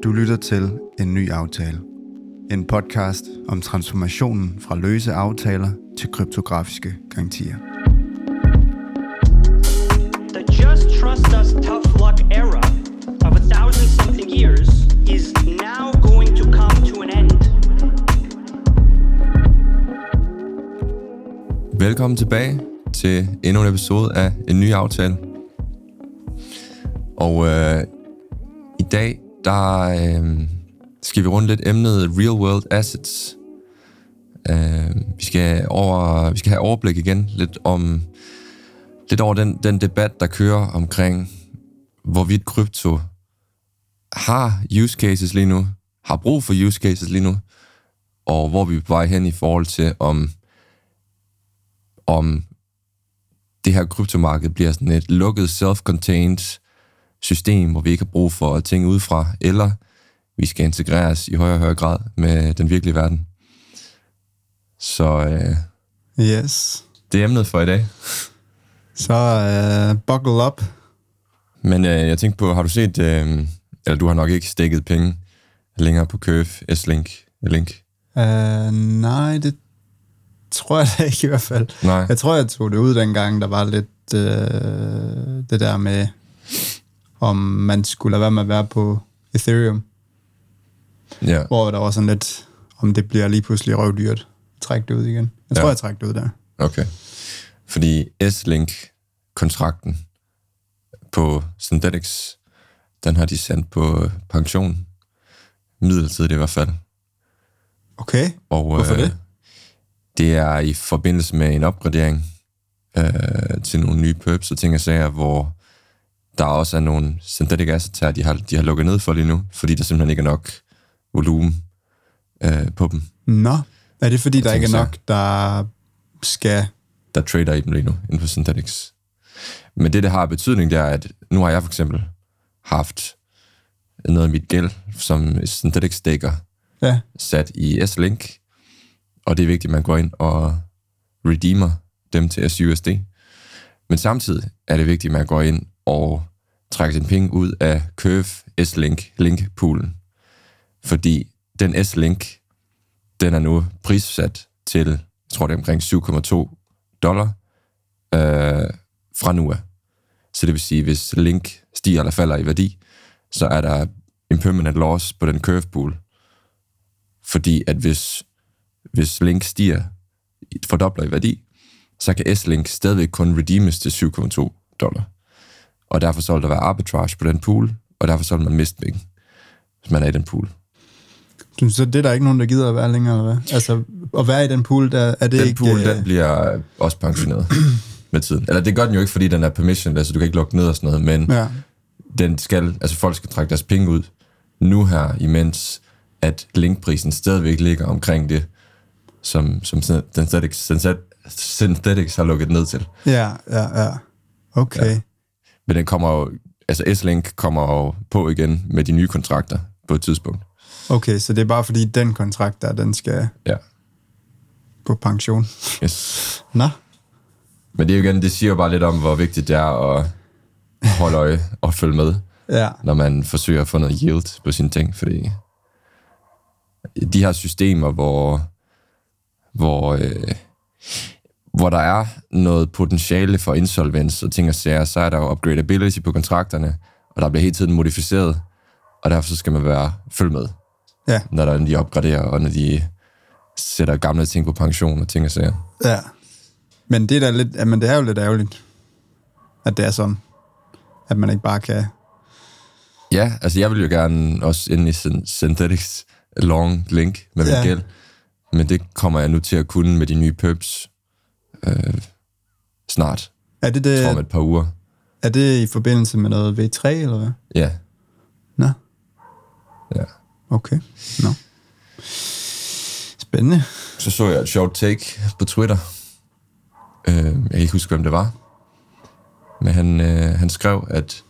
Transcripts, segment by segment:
Du lytter til En Ny Aftale. En podcast om transformationen fra løse aftaler til kryptografiske garantier. The just trust us tough luck era of 1,000-something years is now going to come to an end. Velkommen tilbage til endnu en episode af En Ny Aftale. Og i dag, der skal vi runde lidt emnet Real World Assets. Vi skal have overblik igen lidt over den debat, der kører omkring, hvorvidt krypto har use cases lige nu, har brug for use cases lige nu, og hvor vi er på vej hen i forhold til, om det her kryptomarked bliver sådan et lukket, self-contained system, hvor vi ikke har brug for ting udefra, eller vi skal integreres i højere og højere grad med den virkelige verden. Så Yes. det er emnet for i dag. Så buckle up. Men jeg tænkte på, har du set, eller du har nok ikke stikket penge længere på Curve, S-Link, Link? Nej, det tror jeg da ikke i hvert fald. Nej. Jeg tror, jeg tog det ud dengang, der var lidt det der med, om man skulle lade være med at være på Ethereum. Ja. Hvor der var sådan lidt, om det bliver lige pludselig røvdyrt. Træk det ud igen. Jeg tror, jeg træk det ud der. Okay. Fordi S-Link-kontrakten på Synthetix, den har de sendt på pension. Midlertidigt i hvert fald. Okay, Og, hvorfor det? Det er i forbindelse med en opgradering til nogle nye perps og ting og sager, hvor der også er nogle synthetic assets her, de har lukket ned for lige nu, fordi der simpelthen ikke er nok volumen på dem. Nå, er det fordi, der ikke er nok, der skal... Der trader i dem lige nu, inden for Synthetix. Men det har betydning, det er, at nu har jeg for eksempel haft noget af mit gæld, som Synthetix staker, sat i S-Link, og det er vigtigt, at man går ind og redeemer dem til SUSD. Men samtidig er det vigtigt, at man går ind og trækker sin penge ud af Curve S-Link link-poolen. Fordi den S-Link, den er nu prissat til, jeg tror det er omkring $7,2 fra nu af. Så det vil sige, hvis Link stiger eller falder i værdi, så er der en permanent loss på den Curve pool. Fordi at hvis Link stiger, fordobler i værdi, så kan S-Link stadigvæk kun redeemes til $7,2. Og derfor så vil der være arbitrage på den pool, og derfor så vil man miste penge, hvis man er i den pool. Så det er der ikke nogen, der gider at være længere, eller hvad? Altså, at være i den pool, der er det den ikke... Den pool, den bliver også pensioneret med tiden. Eller det gør den jo ikke, fordi den er permission, altså du kan ikke lukke ned og sådan noget, men den skal, altså folk skal trække deres penge ud nu her, imens at linkprisen stadigvæk ligger omkring det, som Synthetix har lukket ned til. Ja. Okay. Ja. Men den kommer jo, altså S-Link kommer jo på igen med de nye kontrakter på et tidspunkt. Okay, så det er bare fordi den kontrakt der, den skal på pension. Yes. Nå. Men det er jo igen, det siger jo bare lidt om, hvor vigtigt det er at holde øje og følge med, når man forsøger at få noget yield på sine ting, fordi de her systemer, hvor der er noget potentiale for insolvens og ting og sager, så er der jo upgradability på kontrakterne, og der bliver hele tiden modificeret, og derfor så skal man følge med, når de opgraderer, og når de sætter gamle ting på pension og ting og sager. Ja, men det er lidt, men det er jo lidt ærgerligt, at det er sådan, at man ikke bare kan... Ja, altså jeg vil jo gerne også ind i Synthetix long link med min gæld, men det kommer jeg nu til at kunne med de nye perps snart. Er det om et par uger. Er det i forbindelse med noget V3, eller hvad? Ja. Nå. Ja. Okay. Nå. Spændende. Så jeg et sjovt take på Twitter. Jeg kan ikke huske, hvem det var. Men han skrev, at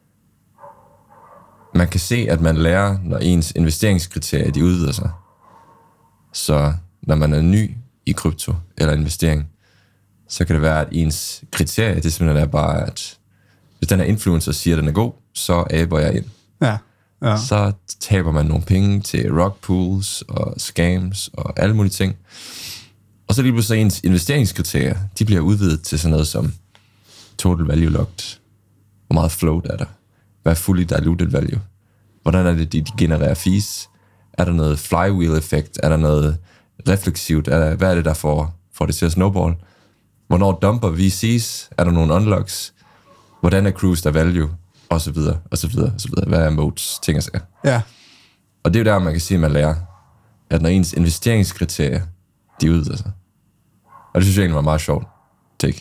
man kan se, at man lærer, når ens investeringskriterier de udvider sig. Så når man er ny i krypto eller investering, så kan det være, at ens kriterie, det simpelthen er bare, at hvis den her influencer siger, at den er god, så aber jeg ind. Ja. så taber man nogle penge til rug pools og scams og alle mulige ting. Og så lige pludselig ens investeringskriterier, de bliver udvidet til sådan noget som total value locked. Hvor meget float er der? Hvad er fully diluted value? Hvordan er det, de genererer fees? Er der noget flywheel-effekt? Er der noget refleksivt? Hvad er det, der får det til at snowball? Hvornår dumper VC's? Er der nogle unlocks? Hvordan er accrues der value? Og så videre, og så videre, og så videre. Hvad er modes? Ting og sager. Ja. Og det er jo der, man kan sige, at man lærer, at når ens investeringskriterier, de udvider sig. Og det synes jeg egentlig var meget sjovt. Take.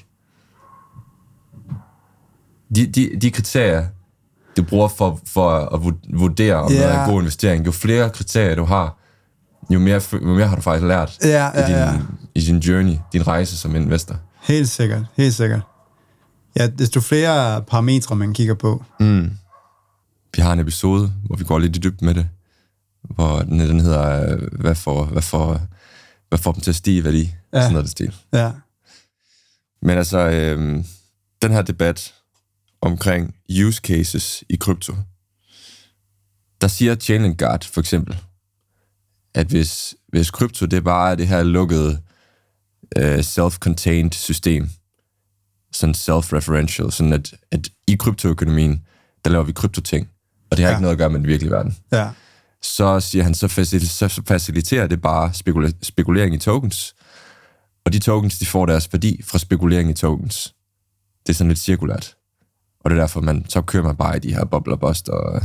De kriterier, du bruger for at vurdere, om noget er en god investering, jo flere kriterier du har, jo mere har du faktisk lært i din journey, din rejse som investor. Helt sikkert, helt sikkert. Ja, desto flere parametre, man kigger på. Vi har en episode, hvor vi går lidt i dybden med det, hvor den hedder, hvad får dem til at stige i værdi? Ja. Sådan noget stil. Ja. Men altså, den her debat omkring use cases i krypto, der siger Chainlink Guard for eksempel, at hvis krypto det bare er det her lukkede self-contained system, sådan self-referential, sådan at i kryptoøkonomien, der laver vi kryptoting, og det har ikke noget at gøre med den virkelige verden. Ja. Så siger han, så faciliterer det bare spekulering i tokens, og de tokens, de får deres værdi fra spekulering i tokens. Det er sådan lidt cirkulært. Og det er derfor, så kører man bare i de her bobler bust og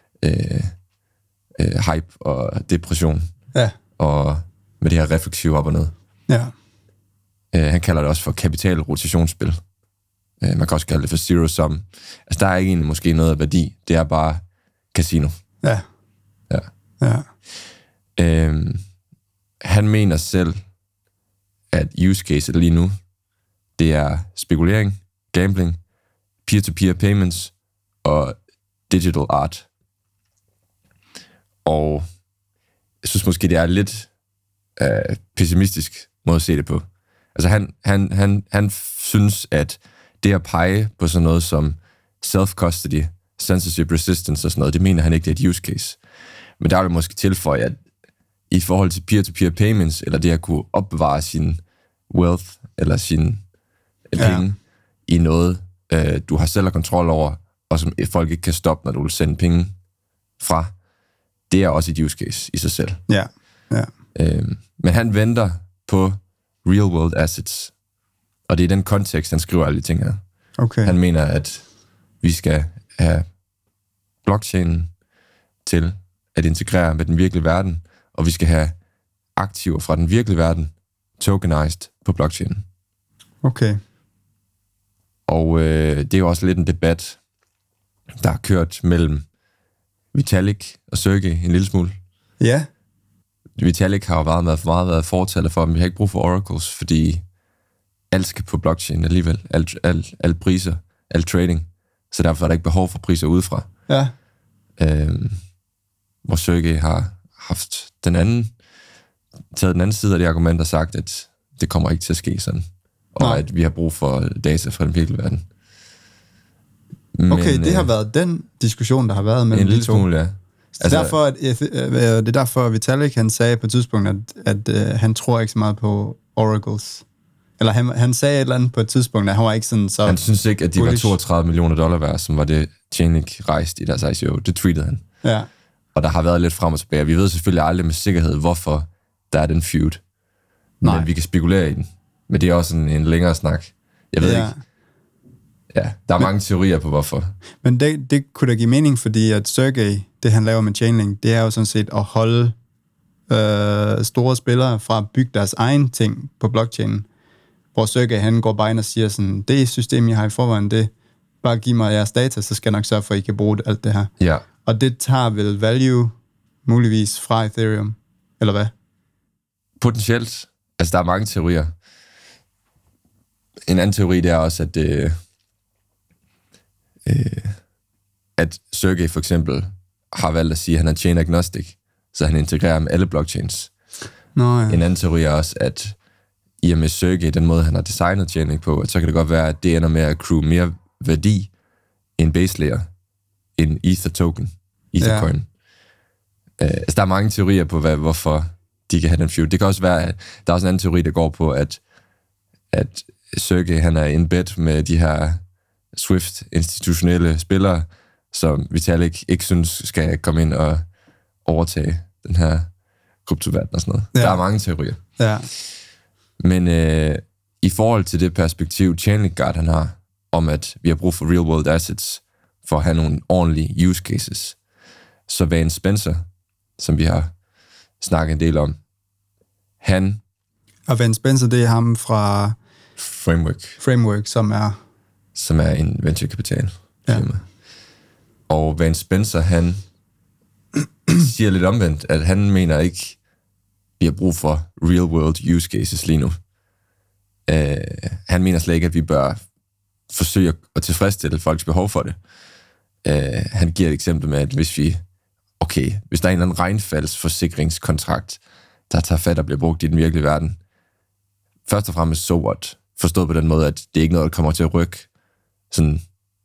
hype og depression. Ja. Og med det her refleksiv op og ned. Ja. Han kalder det også for kapitalrotationsspil. Man kan også kalde det for zero sum. Altså, der er ikke egentlig måske noget af værdi. Det er bare casino. Ja. Ja. Ja. Han mener selv, at use case lige nu, det er spekulering, gambling, peer-to-peer payments og digital art. Og jeg synes måske, det er lidt pessimistisk måde at se det på. Altså han synes, at det at pege på sådan noget som self-custody, censorship resistance og sådan noget, det mener han ikke, det er et use case. Men der vil jeg måske tilføje, at i forhold til peer-to-peer payments, eller det at kunne opbevare sin wealth, eller sin penge i noget, du har selv kontrol over, og som folk ikke kan stoppe, når du vil sende penge fra, det er også et use case i sig selv. Ja. Men han venter på real world assets, og det er i den kontekst, han skriver alle de ting her. Okay. Han mener, at vi skal have blockchainen til at integrere med den virkelige verden, og vi skal have aktiver fra den virkelige verden tokenized på blockchainen. Okay. Og det er jo også lidt en debat, der har kørt mellem Vitalik og Sergey en lille smule. Ja. Vitalik har jo meget været fortaler for dem. Vi har ikke brug for oracles, fordi alt skal på blockchain alligevel. Alt priser, alt trading. Så derfor er der ikke behov for priser udefra. Ja. Hvor Sergey har taget den anden side af det argument og sagt, at det kommer ikke til at ske sådan. Og at vi har brug for data fra den virkelige verden. Men, okay, det har været den diskussion, der har været mellem en lille smule, ja. Altså, det er derfor, Vitalik han sagde på et tidspunkt, at han tror ikke så meget på oracles. Eller han sagde et eller andet på et tidspunkt, at han var ikke sådan så... Han synes ikke, at de bullish. Var $32 millioner værd, som var det Chainlink rejste i deres ICO. Det tweetede han. Ja. Og der har været lidt frem og tilbage. Vi ved selvfølgelig aldrig med sikkerhed, hvorfor der er den feud. Men vi kan spekulere i den. Men det er også en længere snak. Jeg ved ikke. Ja, der er mange teorier på, hvorfor. Men det kunne da give mening, fordi at Sergey, det han laver med Chainlink, det er jo sådan set at holde store spillere fra at bygge deres egen ting på blockchainen. Hvor Sergey, han går bare ind og siger sådan, det system, jeg har i forvejen, det bare giv mig jeres data, så skal jeg nok sørge for, at I kan bruge alt det her. Ja. Og det tager vel value muligvis fra Ethereum, eller hvad? Potentielt. Altså, der er mange teorier. En anden teori, det er også, at Sergey for eksempel har valgt at sige, at han er chain agnostic, så han integrerer med alle blockchains. Nå, ja. En anden teori er også, at i og med Sergey, den måde, han har designet Chainlink på, at så kan det godt være, at det ender med at accrue mere værdi end base layer, end Ether token. Ethercoin. Altså, der er mange teorier på, hvorfor de kan have den feud. Det kan også være, at der er også en anden teori, der går på, at Sergey, han er in bed med de her Swift institutionelle spillere, som Vitalik ikke synes skal komme ind og overtage den her kryptoverden og sådan noget. Ja. Der er mange teorier. Ja. Men i forhold til det perspektiv, Chainlink han har, om at vi har brug for real world assets for at have nogle ordentlige use cases, så Vance Spencer, som vi har snakket en del om, han... Og Vance Spencer, det er ham fra... Framework, som er en venturekapital firma. Og Vance Spencer, han siger lidt omvendt, at han mener ikke, vi har brug for real world use cases lige nu. Han mener slet ikke, at vi bør forsøge at tilfredsstille folks behov for det. Han giver et eksempel med, at hvis der er en eller anden regnfaldsforsikringskontrakt, der tager fat og bliver brugt i den virkelige verden, først og fremmest so what? Forstået på den måde, at det er ikke noget, der kommer til at rykke sådan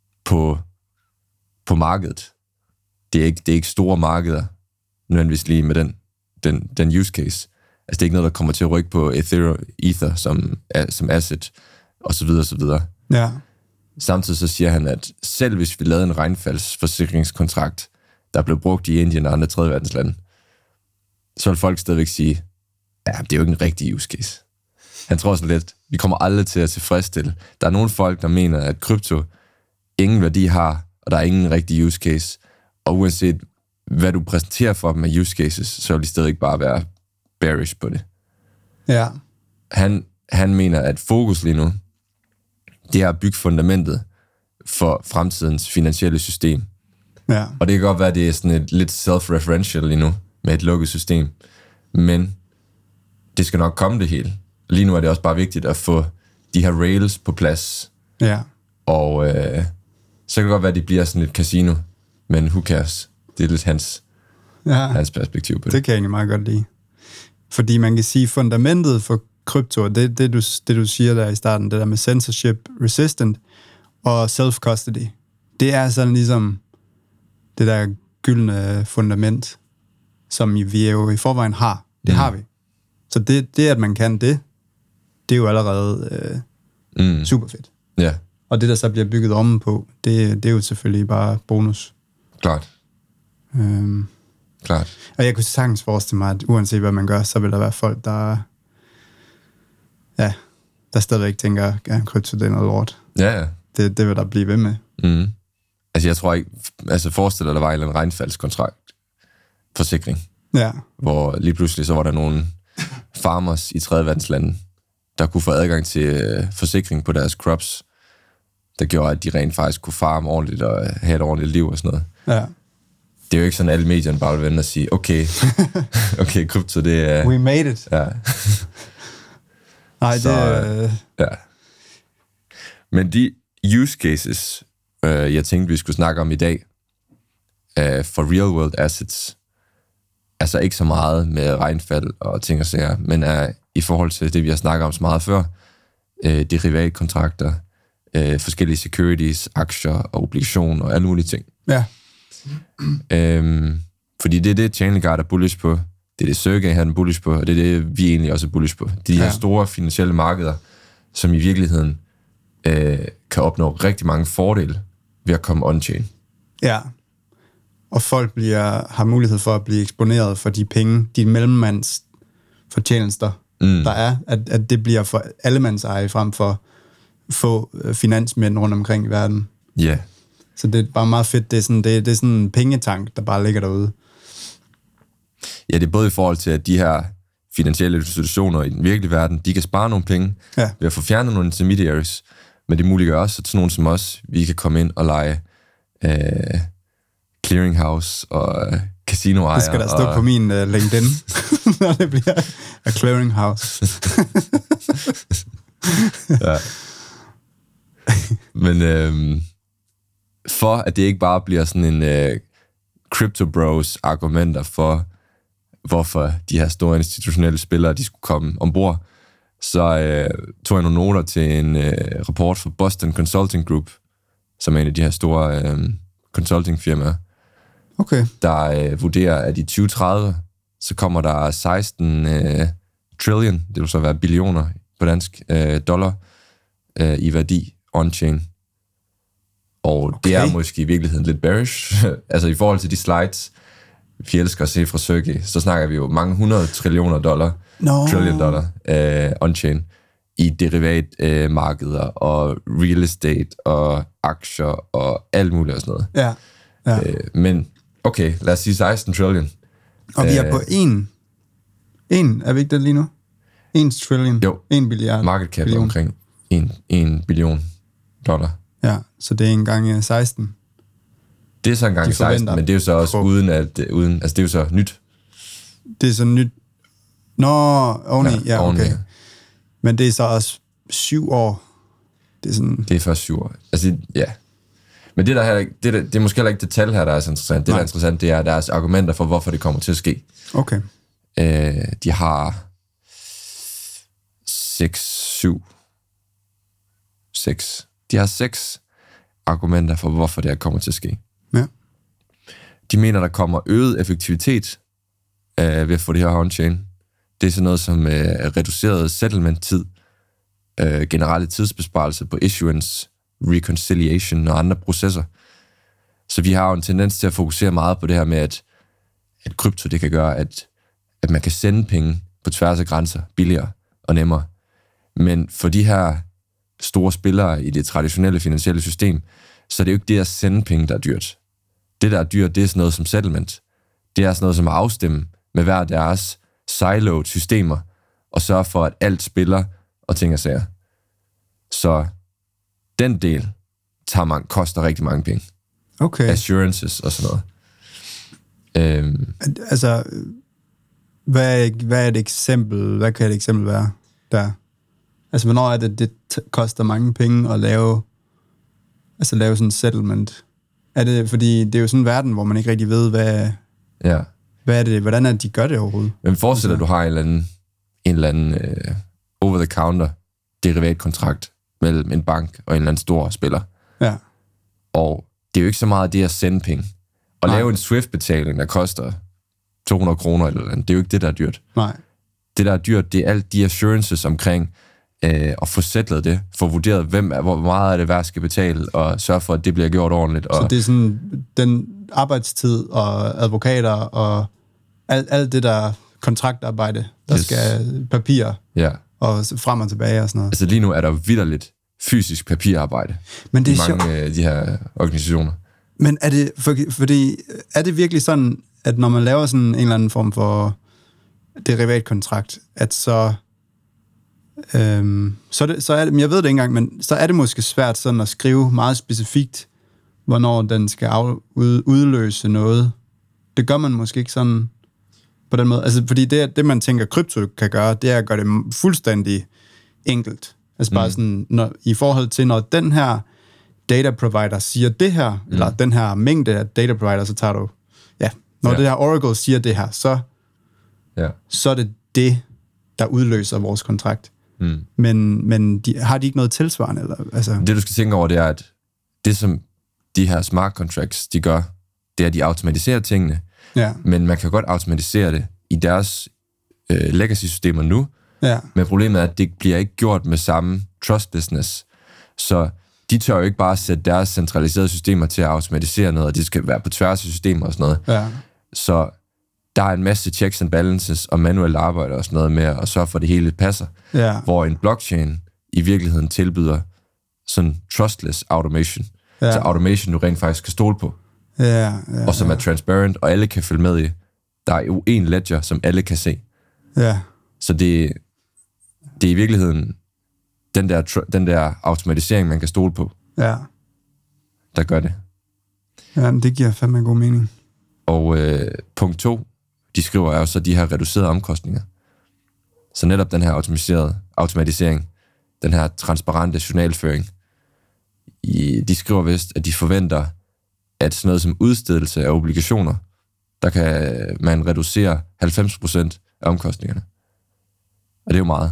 på markedet. Det er ikke store markeder, nødvendigvis lige med den use case. Altså det er ikke noget, der kommer til at rykke på Ether som asset, og så videre, og så videre. Ja. Samtidig så siger han, at selv hvis vi lavede en regnfaldsforsikringskontrakt, der blev brugt i Indien og andre tredje verdenslande, så vil folk stadigvæk sige, ja, det er jo ikke en rigtig use case. Han tror sådan lidt, vi kommer aldrig til at tilfredsstille. Der er nogle folk, der mener, at krypto ingen værdi har, og der er ingen rigtig use case. Og uanset hvad du præsenterer for dem af use cases, så vil de stadig bare være bearish på det. Ja. Han mener, at fokus lige nu, det er at bygge fundamentet for fremtidens finansielle system. Ja. Og det kan godt være, at det er sådan et lidt self-referential lige nu, med et lukket system. Men det skal nok komme det hele. Lige nu er det også bare vigtigt at få de her rails på plads. Ja. Og så kan det godt være, at det bliver sådan et casino. Men who cares? Det er lidt hans perspektiv på det. Det kan jeg egentlig meget godt lide. Fordi man kan sige, fundamentet for krypto, det du siger der i starten, det der med censorship resistant og self-custody, det er sådan ligesom det der gyldne fundament, som vi jo i forvejen har. Det har vi. Så det at man kan det er jo allerede super fedt. Ja. Og det, der så bliver bygget om på, det er jo selvfølgelig bare bonus. Klart. Klart. Og jeg kunne sagtens forestille mig, at uanset hvad man gør, så vil der være folk, der stadigvæk tænker, at krypto det er noget lort. Ja. Det vil der blive ved med. Mm. Altså jeg tror ikke, forestil dig, der var en regnfaldskontrakt forsikring. Ja. Hvor lige pludselig så var der nogle farmers i tredje verdenslande, der kunne få adgang til forsikring på deres crops, der gjorde, at de rent faktisk kunne farme ordentligt og have et ordentligt liv og sådan noget. Ja. Det er jo ikke sådan, at alle medierne bare vil vende og sige, okay, krypto, det er... We made it. Ja. Nej, ja. Men de use cases, jeg tænkte, vi skulle snakke om i dag, for real world assets, altså ikke så meget med regnfald og ting og sager, men er i forhold til det, vi har snakket om så meget før, derivatkontrakter, forskellige securities, aktier og obligationer og alle mulige ting. Ja. Fordi det er det, Chainlink er bullish på, det er det Sergey han er bullish på, og det er det, vi egentlig også er bullish på. De her store finansielle markeder, som i virkeligheden kan opnå rigtig mange fordele ved at komme on-chain. Ja. Og folk har mulighed for at blive eksponeret for de penge, de mellemmands fortjenester, der er, at det bliver for allemands eje frem for få finansmænd rundt omkring i verden. Ja. Yeah. Så det er bare meget fedt. Det er sådan en pengetank, der bare ligger derude. Ja, det er både i forhold til, at de her finansielle institutioner i den virkelige verden, de kan spare nogle penge ved at få fjernet nogle intermediaries, men det muliggør også, at sådan nogen som os, vi kan komme ind og lege clearinghouse og casinoejer. Det skal der stå på min LinkedIn, når det bliver a clearinghouse. Ja. Men for at det ikke bare bliver sådan en crypto bros argumenter for, hvorfor de her store institutionelle spillere, de skulle komme ombord, så tog jeg nogle noter til en rapport fra Boston Consulting Group, som er en af de her store consulting firmaer. Okay. der vurderer, at i 2030, så kommer der 16 trillion, det vil så være billioner på dansk, dollar i værdi on-chain. Og det er måske i virkeligheden lidt bearish. Altså i forhold til de slides, vi elsker at se fra Sergey, så snakker vi jo mange 100 trillioner dollar, trillion dollar on-chain i derivatmarkeder og real estate og aktier og alt muligt og sådan noget. Ja. Men okay, lad os sige 16 trillion. Og vi er på en, er vi ikke det lige nu? 1 trillion? Jo. 1 billiard. Market cap omkring 1 billion dollar. Ja, så det er en gang 16. Det er så en gang 16, men det er jo så også uden, altså det er jo så nyt. Det er så nyt. Nå, oveni, ja, okay. Oveni. Men det er så også 7 år. Det er sådan... Det er først 7 år. Altså, ja. Men det er måske heller ikke det tal her, der er så interessant. Det, der er interessant, det er deres argumenter for, hvorfor det kommer til at ske. Okay. De har 6. De har 6 argumenter for, hvorfor det her kommer til at ske. Ja. De mener, der kommer øget effektivitet ved at få det her on-chain. Det er sådan noget som reduceret settlement-tid, generelle tidsbesparelse på issuance, reconciliation og andre processer. Så vi har jo en tendens til at fokusere meget på det her med, at krypto det kan gøre, at man kan sende penge på tværs af grænser billigere og nemmere. Men for de her store spillere i det traditionelle finansielle system, så er det jo ikke det at sende penge, der er dyrt. Det, der er dyrt, det er sådan noget som settlement. Det er sådan noget som at afstemme med hver deres siloed systemer og sørge for, at alt spiller og ting og sager. Så den del koster rigtig mange penge. Okay. Assurances og sådan noget. Altså, hvad er et eksempel? Hvad kan et eksempel være der? Altså, hvornår er det koster mange penge at lave sådan en settlement? Er det, fordi det er jo sådan en verden, hvor man ikke rigtig ved, hvad er det, hvordan er det, de gør det overhovedet? Men forestil dig, at du har en eller anden over-the-counter derivatkontrakt mellem en bank og en eller anden stor spiller. Ja. Og det er jo ikke så meget det at sende penge. Og lave en Swift-betaling, der koster 200 kroner eller andet, det er jo ikke det, der er dyrt. Nej. Det, der er dyrt, det er alt de assurances omkring at få settlet det, få vurderet, hvor meget af det værd skal betale, og sørge for, at det bliver gjort ordentligt. Så det er sådan den arbejdstid og advokater og alt det der kontraktarbejde, der skal papirer og frem og tilbage og sådan noget. Altså lige nu er der vitterligt fysisk papirarbejde. Men det er i mange af de her organisationer. Men er det, fordi er det virkelig sådan, at når man laver sådan en eller anden form for derivatkontrakt, at så er det, jeg ved det ikke engang, men så er det måske svært sådan at skrive meget specifikt, hvornår den skal udløse noget. Det gør man måske ikke sådan på den måde. Altså, fordi det man tænker, krypto kan gøre, det er at gøre det fuldstændig enkelt. Altså bare sådan, i forhold til, når den her data provider siger det her, eller den her mængde af data provider, så tager du, når det her Oracle siger det her, så er det, der udløser vores kontrakt. Men har de ikke noget tilsvarende? Eller, altså? Det, du skal tænke over, det er, at det, som de her smart contracts, de gør, det er, at de automatiserer tingene, men man kan godt automatisere det i deres legacy-systemer nu, men problemet er, at det bliver ikke gjort med samme trustlessness. Så de tør jo ikke bare sætte deres centraliserede systemer til at automatisere noget, og det skal være på tværs af systemer og sådan noget. Ja. Så der er en masse checks and balances og manuelt arbejde og sådan noget med at sørge for, at det hele passer. Ja. Hvor en blockchain i virkeligheden tilbyder sådan trustless automation. Ja. Så automation, du rent faktisk kan stole på. Og som er transparent, og alle kan følge med i. Der er jo en ledger, som alle kan se. Ja. Så det er i virkeligheden den der automatisering, man kan stole på, der gør det. Ja, men det giver fandme en god mening. Og punkt 2, de skriver jo så de her reducerede omkostninger. Så netop den her automatisering, den her transparente journalføring, de skriver vist, at de forventer, at sådan noget som udstedelse af obligationer, der kan man reducere 90% af omkostningerne. Og det er jo meget.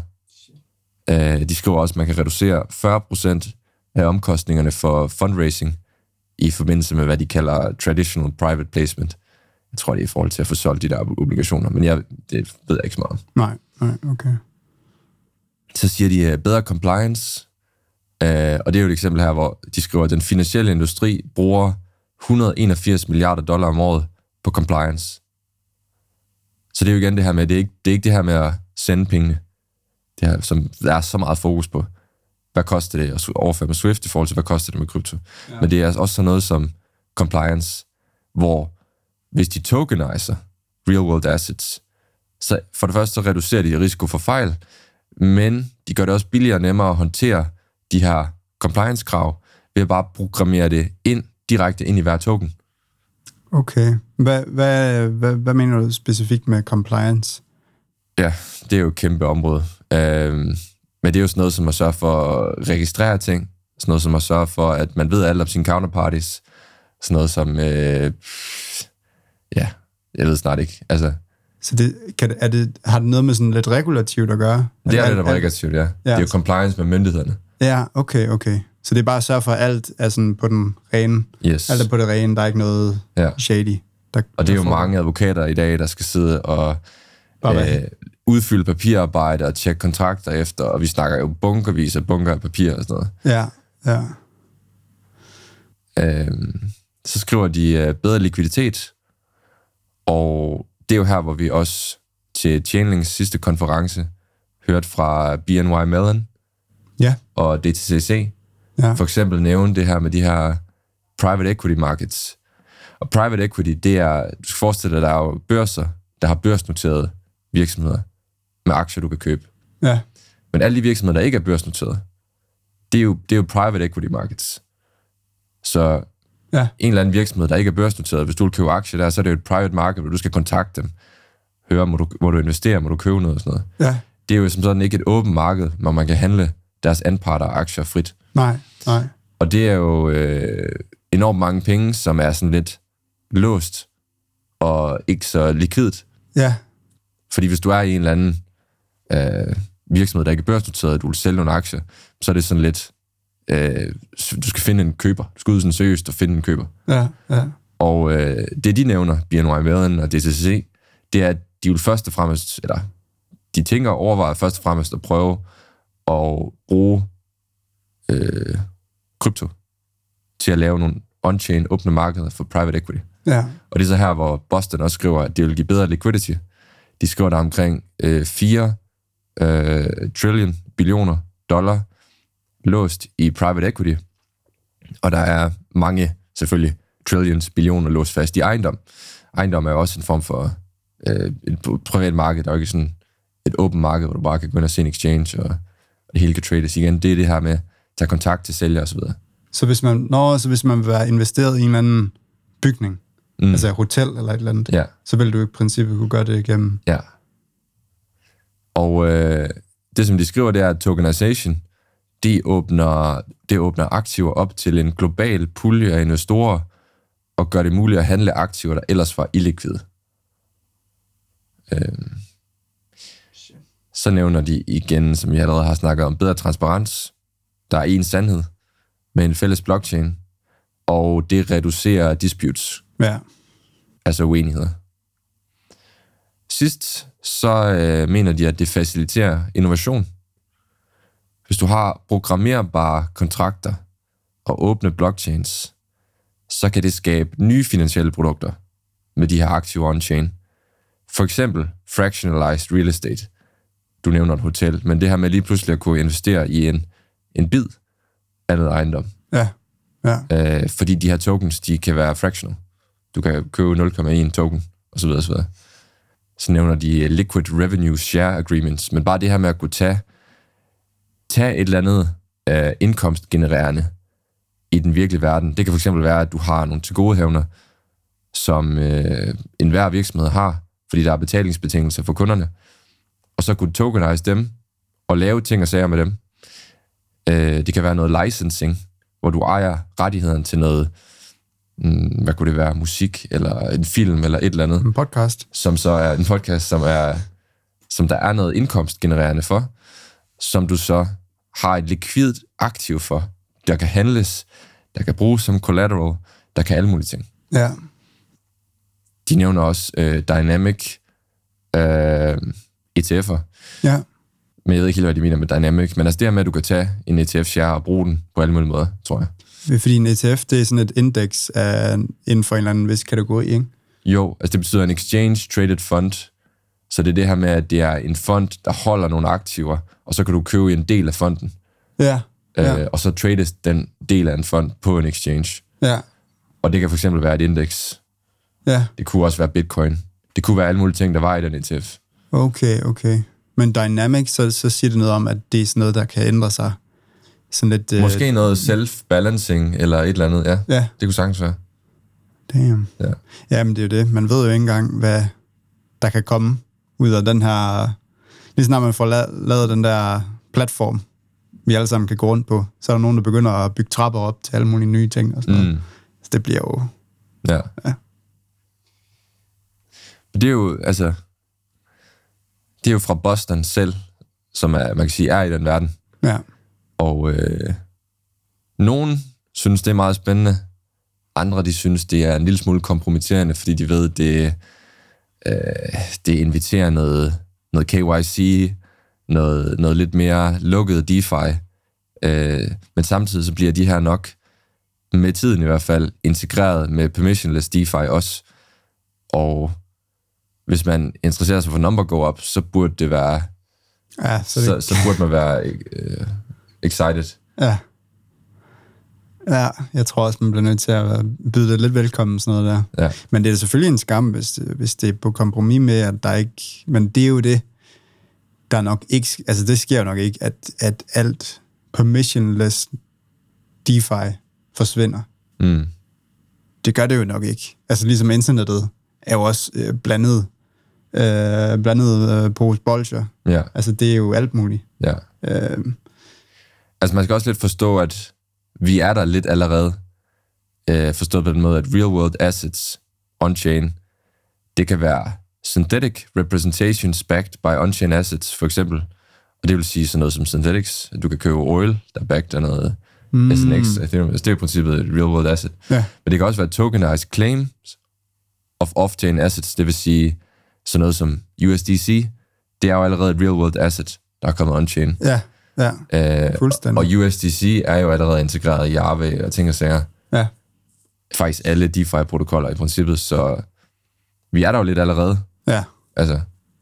De skriver også, at man kan reducere 40% af omkostningerne for fundraising i forbindelse med, hvad de kalder traditional private placement. Jeg tror, det er i forhold til at få solgt de der obligationer, men det ved jeg ikke så meget. Nej, okay. Så siger de bedre compliance, og det er jo et eksempel her, hvor de skriver, at den finansielle industri bruger $181 milliarder om året på compliance. Så det er jo igen det her med, det er ikke det her med at sende pengene, det her, som der er så meget fokus på. Hvad koster det at overføre med Swift i forhold til, hvad koster det med krypto? Ja. Men det er også sådan noget som compliance, hvor hvis de tokeniser real world assets, så for det første så reducerer de risiko for fejl, men de gør det også billigere og nemmere at håndtere de her compliance-krav ved at bare programmere det direkte ind i hver token. Okay. Hvad mener du specifikt med compliance? Ja, det er jo et kæmpe område. Men det er jo sådan noget, som at sørge for at registrere ting. Sådan noget, som at sørge for, at man ved alt om sine counterparties. Sådan noget som... jeg ved snart ikke. Altså, så har det noget med sådan lidt regulativt at gøre? Det er lidt regulativt, ja. Det er jo compliance med myndighederne. Ja, okay. Så det er bare at sørge for, at alt er sådan på den rene. Yes. Alt er på det rene, der er ikke noget shady. Og det er jo mange advokater i dag, der skal sidde og udfylde papirarbejde og tjekke kontrakter efter, og vi snakker jo bunker af papir og sådan noget. Ja. Så skriver de bedre likviditet, og det er jo her, hvor vi også til Chainlinks sidste konference hørte fra BNY Mellon og DTCC. Ja. For eksempel nævne det her med de her private equity markets. Og private equity, det er, du skal forestille dig, der er jo børser, der har børsnoterede virksomheder med aktier, du kan købe. Ja. Men alle de virksomheder, der ikke er børsnoterede, det er jo private equity markets. Så en eller anden virksomhed, der ikke er børsnoteret, hvis du vil købe aktier der, så er det jo et private market, hvor du skal kontakte dem, høre, må du investere, må du købe noget og sådan noget. Ja. Det er jo som sådan ikke et åbent marked, hvor man kan handle deres anparter og aktier frit. Nej. Og det er jo enormt mange penge, som er sådan lidt låst og ikke så likvidt. Ja. Fordi hvis du er i en eller anden virksomhed, der ikke er børsnoteret, og du vil sælge nogle aktier, så er det sådan lidt, du skal finde en køber. Du skal ud sådan seriøst og finde en køber. Ja. Og det de nævner, BNY Mellon og DTCC, det er, at de vil først og fremmest, eller de tænker og overvejer først og fremmest at prøve at bruge krypto til at lave nogle on-chain åbne markeder for private equity. Ja. Og det er så her, hvor Boston også skriver, at det vil give bedre liquidity. De skriver der omkring 4 trillion billioner dollar låst i private equity. Og der er mange, selvfølgelig, trillions, billioner låst fast i ejendom. Ejendom er jo også en form for et privat marked, der er jo ikke sådan et åbent marked, hvor du bare kan gå ind og se en exchange, og det hele kan trades igen. Det er det her med at tage kontakt til sælger og så videre. Så hvis man vil være investeret i en eller anden bygning, altså et hotel eller et eller andet, så vil du i princippet kunne gøre det igennem. Ja. Og det, som de skriver, det er, at tokenization, det åbner aktiver op til en global pulje af investorer, og gør det muligt at handle aktiver, der ellers var illikvide. Så nævner de igen, som jeg allerede har snakket om, bedre transparens. Der er en sandhed med en fælles blockchain, og det reducerer disputes. Ja. Altså uenigheder. Sidst, så mener de, at det faciliterer innovation. Hvis du har programmerbare kontrakter og åbne blockchains, så kan det skabe nye finansielle produkter med de her aktiver on-chain. For eksempel fractionalized real estate. Du nævner et hotel, men det her med lige pludselig at kunne investere i en bid af noget ejendom. Ja. Fordi de her tokens, de kan være fractional. Du kan købe 0,1 token, osv. Så nævner de liquid revenue share agreements, men bare det her med at kunne tage et eller andet indkomstgenererende i den virkelige verden. Det kan fx være, at du har nogle tilgodehavender, som enhver virksomhed har, fordi der er betalingsbetingelser for kunderne, og så kunne tokenize dem og lave ting og sager med dem. Det kan være noget licensing, hvor du ejer rettigheden til noget, hvad kunne det være, musik, eller en film, eller et eller andet. En podcast. Som så er en podcast, som der er noget indkomstgenererende for, som du så har et likvidt aktiv for, der kan handles, der kan bruges som collateral, der kan alle mulige ting. Ja. De nævner også dynamic ETF'er. Ja. Men jeg ved ikke helt, hvad de mener med dynamic, men altså det her med, at du kan tage en ETF-share og bruge den på alle mulige måder, tror jeg. Fordi en ETF, det er sådan et indeks inden for en eller anden vis kategori, ikke? Jo, altså det betyder en exchange-traded fund. Så det er det her med, at det er en fond, der holder nogle aktiver, og så kan du købe en del af fonden. Ja. Og så trades den del af en fond på en exchange. Ja. Og det kan for eksempel være et indeks. Ja. Det kunne også være bitcoin. Det kunne være alle mulige ting, der var i den ETF. Okay. Men dynamic, så siger det noget om, at det er sådan noget, der kan ændre sig. Sådan lidt, måske noget self-balancing, eller et eller andet, ja. Det kunne sagtens være. Damn. Ja. Jamen, det er jo det. Man ved jo ikke engang, hvad der kan komme ud af den her... Lige snart man får lavet den der platform, vi alle sammen kan gå rundt på, så er der nogen, der begynder at bygge trapper op til alle mulige nye ting og sådan noget. Så det bliver jo... Ja. Det er jo, altså... Det er jo fra Boston selv, som er, man kan sige, er i den verden. Ja. Og nogen synes, det er meget spændende. Andre, de synes, det er en lille smule kompromitterende, fordi de ved, det inviterer noget KYC, noget lidt mere lukket DeFi. Men samtidig så bliver de her nok, med tiden i hvert fald, integreret med permissionless DeFi også. Og hvis man interesserer sig for number go up, så burde det være... Ja, så burde man være excited. Ja, jeg tror også, man bliver nødt til at byde det lidt velkommen, sådan noget der. Ja. Men det er selvfølgelig en skam, hvis det er på kompromis med, at der ikke... Men det er jo det, der nok ikke... Altså, det sker jo nok ikke, at alt permissionless DeFi forsvinder. Det gør det jo nok ikke. Altså, ligesom internettet er jo også blandet pose bolsjer. Ja. Altså, det er jo alt muligt. Ja. Altså, man skal også lidt forstå, at vi er der lidt allerede. Forstået på den måde, at real-world assets on-chain, det kan være synthetic representations backed by on-chain assets, for eksempel. Og det vil sige sådan noget som synthetics, at du kan købe oil, der er backed af noget SNX. Det er jo i princippet et real-world asset. Ja. Men det kan også være tokenized claims of off-chain assets, det vil sige sådan noget som USDC. Det er jo allerede et real-world asset, der er kommet on-chain. Ja, fuldstændig. Og USDC er jo allerede integreret i Aave og ting og sager. Ja. Faktisk alle DeFi-protokoller i princippet, så vi er der jo lidt allerede. Ja. Altså.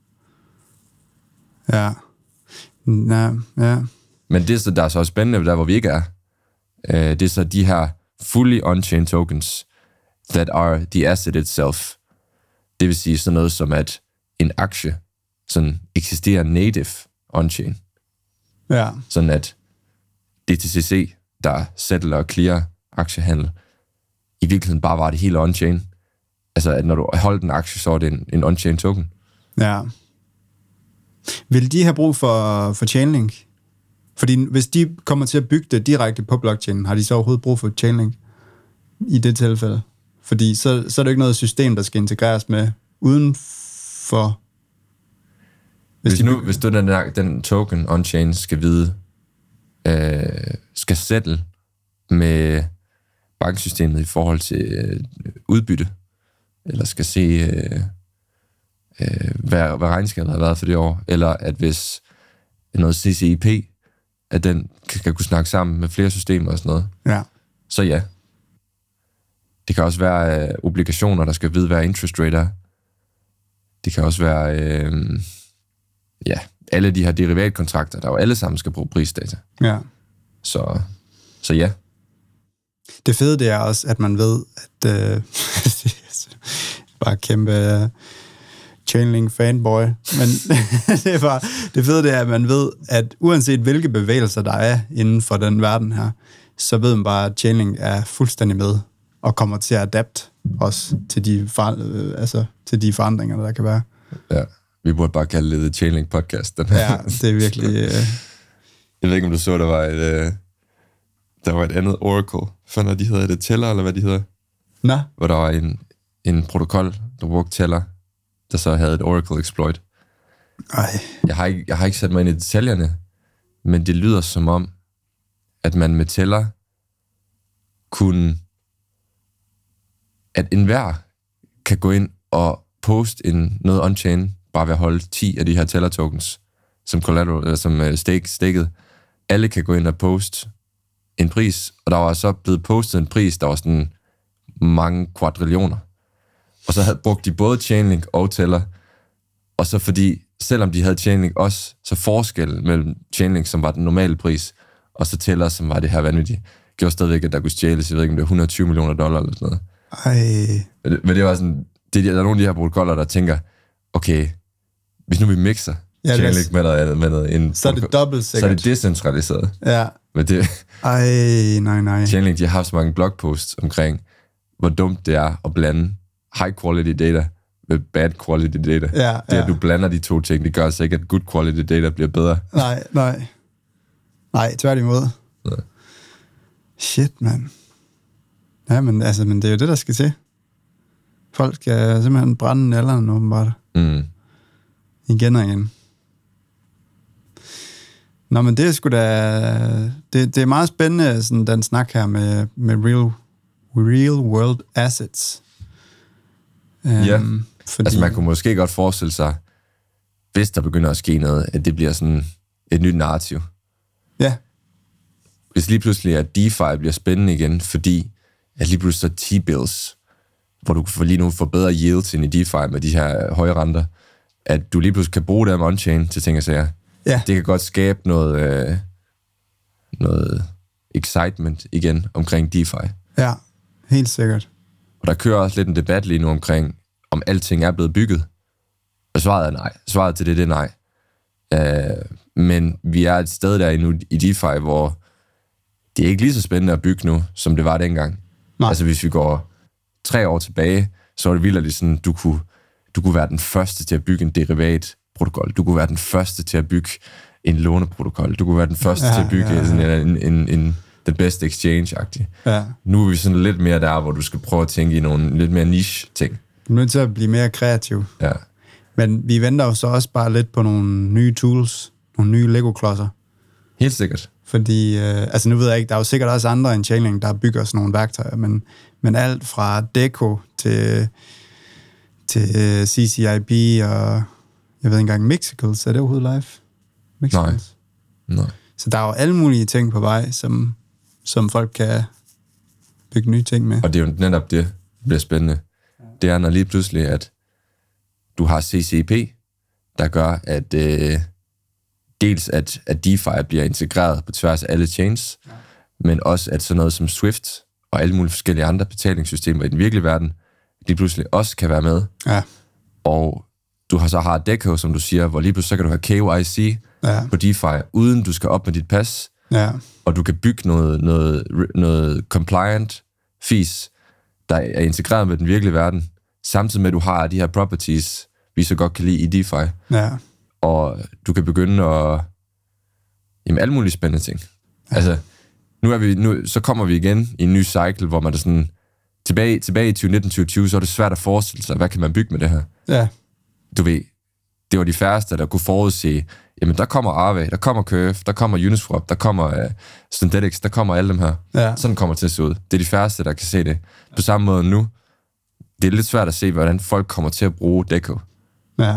Ja. Ja. Men det, der er så spændende, der hvor vi ikke er, det er så de her fully on-chain tokens, that are the asset itself. Det vil sige sådan noget som, at en aktie sådan eksisterer native on-chain. Ja. Sådan at DTCC, der settler og clear aktiehandel, i virkeligheden bare var det hele on-chain. Altså, at når du holdt en aktie, så er det en on-chain token. Ja. Vil de have brug for Chainlink? Fordi hvis de kommer til at bygge det direkte på blockchain, har de så overhovedet brug for Chainlink i det tilfælde? Fordi så er det ikke noget system, der skal integreres med uden for... Hvis du den token on-chain skal vide, skal settle med banksystemet i forhold til udbytte, eller skal se, hvad regnskabet har været for det år, eller at hvis noget CCIP, at den kan kunne snakke sammen med flere systemer og sådan noget, så ja. Det kan også være obligationer, der skal vide, hvad interest rate er. Det kan også være alle de her derivatkontrakter, der jo alle sammen skal bruge prisdata. Ja. Så ja. Det fede det er også, at man ved, at bare kæmpe Chainlink fanboy, men det fede det er, at man ved, at uanset hvilke bevægelser der er inden for den verden her, så ved man bare, at Chainlink er fuldstændig med og kommer til at adapte også til de forandringer, der kan være. Ja, vi burde bare kalde det The Chainlink Podcast. Ja, det er virkelig... Jeg ved ikke, om du så, der var et andet Oracle. Hvad de hedder det? Teller, eller hvad de hedder? Nå. Hvor der var en protokol, der brugte Teller, der så havde et Oracle exploit. Ej. Jeg har ikke sat mig ind i detaljerne, men det lyder som om, at man med Teller at enhver kan gå ind og poste noget on-chain, bare ved at holde 10 af de her Teller tokens, som collateral, som staked. Alle kan gå ind og poste en pris, og der var så blevet postet en pris, der var sådan mange kvadrillioner. Og så havde brugt de både Chainlink og Teller, og så fordi, selvom de havde Chainlink også, så forskellen mellem Chainlink, som var den normale pris, og så Teller, som var det her vanvittige, gjorde stadigvæk, at der kunne stjæles, jeg ved ikke, om det var $120 million eller sådan noget. Ej. Men det var sådan, der er nogle af de her protokoller, der tænker, okay, hvis nu vi mixer Chainlink med noget, så er det dobbelt sikkert. Så er det decentraliseret. Ja. Men det, nej. Chainlink, de har haft så mange blogposts omkring, hvor dumt det er at blande high quality data med bad quality data. Ja, det, at du blander de to ting, det gør altså ikke, at good quality data bliver bedre. Nej, tværtimod. Nej. Shit, mand. Ja, men det er jo det, der skal til. Folk skal simpelthen brænde nælderen åbenbart. Igen og igen. Nå, men det er sgu da... Det er meget spændende, sådan den snak her med real world assets. Ja, fordi... altså man kunne måske godt forestille sig, hvis der begynder at ske noget, at det bliver sådan et nyt narrativ. Ja. Hvis lige pludselig, at DeFi bliver spændende igen, fordi at lige pludselig T-bills, hvor du lige nu får bedre yields ind i DeFi med de her høje renter, at du lige pludselig kan bruge dem on-chain til ting og sager. Ja. Det kan godt skabe noget excitement igen omkring DeFi. Ja, helt sikkert. Og der kører også lidt en debat lige nu omkring, om alting er blevet bygget. Og svaret er nej. Svaret til det er nej. Men vi er et sted der endnu i DeFi, hvor det er ikke lige så spændende at bygge nu, som det var dengang. Nej. Altså hvis vi går 3 år tilbage, så var det vildt sådan, du kunne være den første til at bygge en derivatprotokol. Du kunne være den første til at bygge en låneprotokol. Du kunne være den første til at bygge sådan den bedste exchange-agtig. Ja. Nu er vi sådan lidt mere der, hvor du skal prøve at tænke i nogle lidt mere niche-ting. Du er nødt til at blive mere kreativ. Ja. Men vi venter jo så også bare lidt på nogle nye tools, nogle nye Lego-klodser. Helt sikkert. Fordi, nu ved jeg ikke, der er jo sikkert også andre end Chainlink, der bygger sådan nogle værktøjer, men alt fra Deco til CCIP og, jeg ved ikke engang, Mixicals, er det overhovedet live? Mixicals? Nej. Så der er jo alle mulige ting på vej, som folk kan bygge nye ting med. Og det er jo netop det, der bliver spændende. Det er, når lige pludselig, at du har CCP, der gør, at dels at DeFi bliver integreret på tværs af alle chains, men også at sådan noget som Swift og alle mulige forskellige andre betalingssystemer i den virkelige verden, lige pludselig også kan være med. Ja. Og du har Deco, som du siger, hvor lige pludselig så kan du have KYC på DeFi, uden du skal op med dit pas, og du kan bygge noget compliant fees, der er integreret med den virkelige verden, samtidig med, at du har de her properties, vi så godt kan lide i DeFi. Ja. Og du kan begynde at... Jamen, alle mulige spændende ting. Ja. Altså, så kommer vi igen i en ny cycle, hvor man er sådan... Tilbage i 2019-2020, så er det svært at forestille sig, hvad kan man bygge med det her? Ja. Du ved, det var de færreste, der kunne forudse, jamen, der kommer Aave, der kommer Curve, der kommer Uniswap, der kommer Synthetix, der kommer alle dem her. Ja. Sådan kommer til at se ud. Det er de færreste, der kan se det. På samme måde nu, det er lidt svært at se, hvordan folk kommer til at bruge Deco. Ja.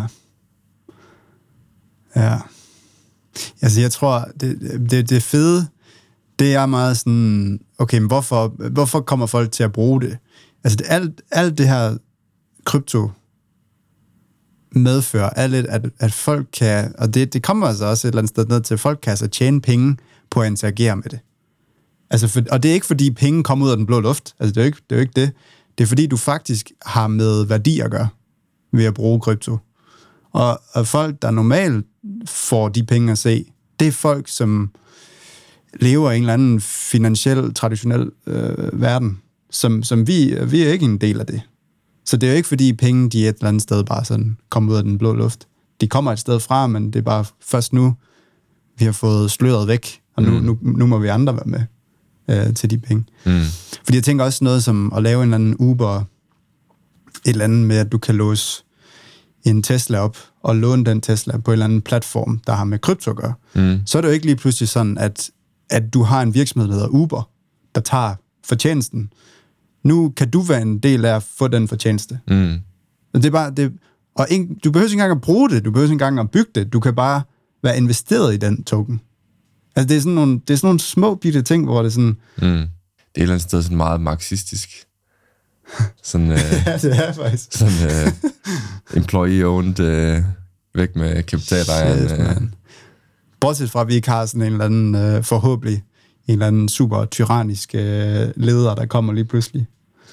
Ja. Altså, jeg tror, det fede, det er meget sådan, okay, men hvorfor kommer folk til at bruge det? Altså, alt det her krypto medfører alt, at folk kan, og det kommer altså også et eller andet sted ned til, at folk kan altså tjene penge på at interagere med det. Altså, og det er ikke, fordi penge kommer ud af den blå luft. Altså, det er jo ikke det. Det er, fordi du faktisk har med værdi at gøre ved at bruge krypto. Og folk, der normalt får de penge at se, det er folk, som lever i en eller anden finansiel, traditionel verden, som vi er ikke en del af det. Så det er jo ikke, fordi penge, de er et eller andet sted bare sådan kommer ud af den blå luft. De kommer et sted fra, men det er bare først nu, vi har fået sløret væk, og nu må vi andre være med til de penge. Fordi jeg tænker også noget som at lave en eller anden Uber, et eller andet med, at du kan låse en Tesla op, og låne den Tesla på en eller anden platform, der har med krypto at gøre. Så er det jo ikke lige pludselig sådan, at du har en virksomhed, der hedder Uber, der tager fortjenesten. Nu kan du være en del af at få den fortjeneste. Det er bare... Og du behøver ikke engang at bruge det, du behøver ikke engang at bygge det, du kan bare være investeret i den token. Altså, det er sådan nogle små bitte ting, hvor det er sådan... Det er et eller andet sted sådan meget marxistisk. Sådan, ja, det er faktisk. Sådan employee-owned, væk med kapitalejeren. Bortset fra, at vi ikke har sådan en eller anden, forhåbentlig, en eller anden super tyrannisk leder, der kommer lige pludselig.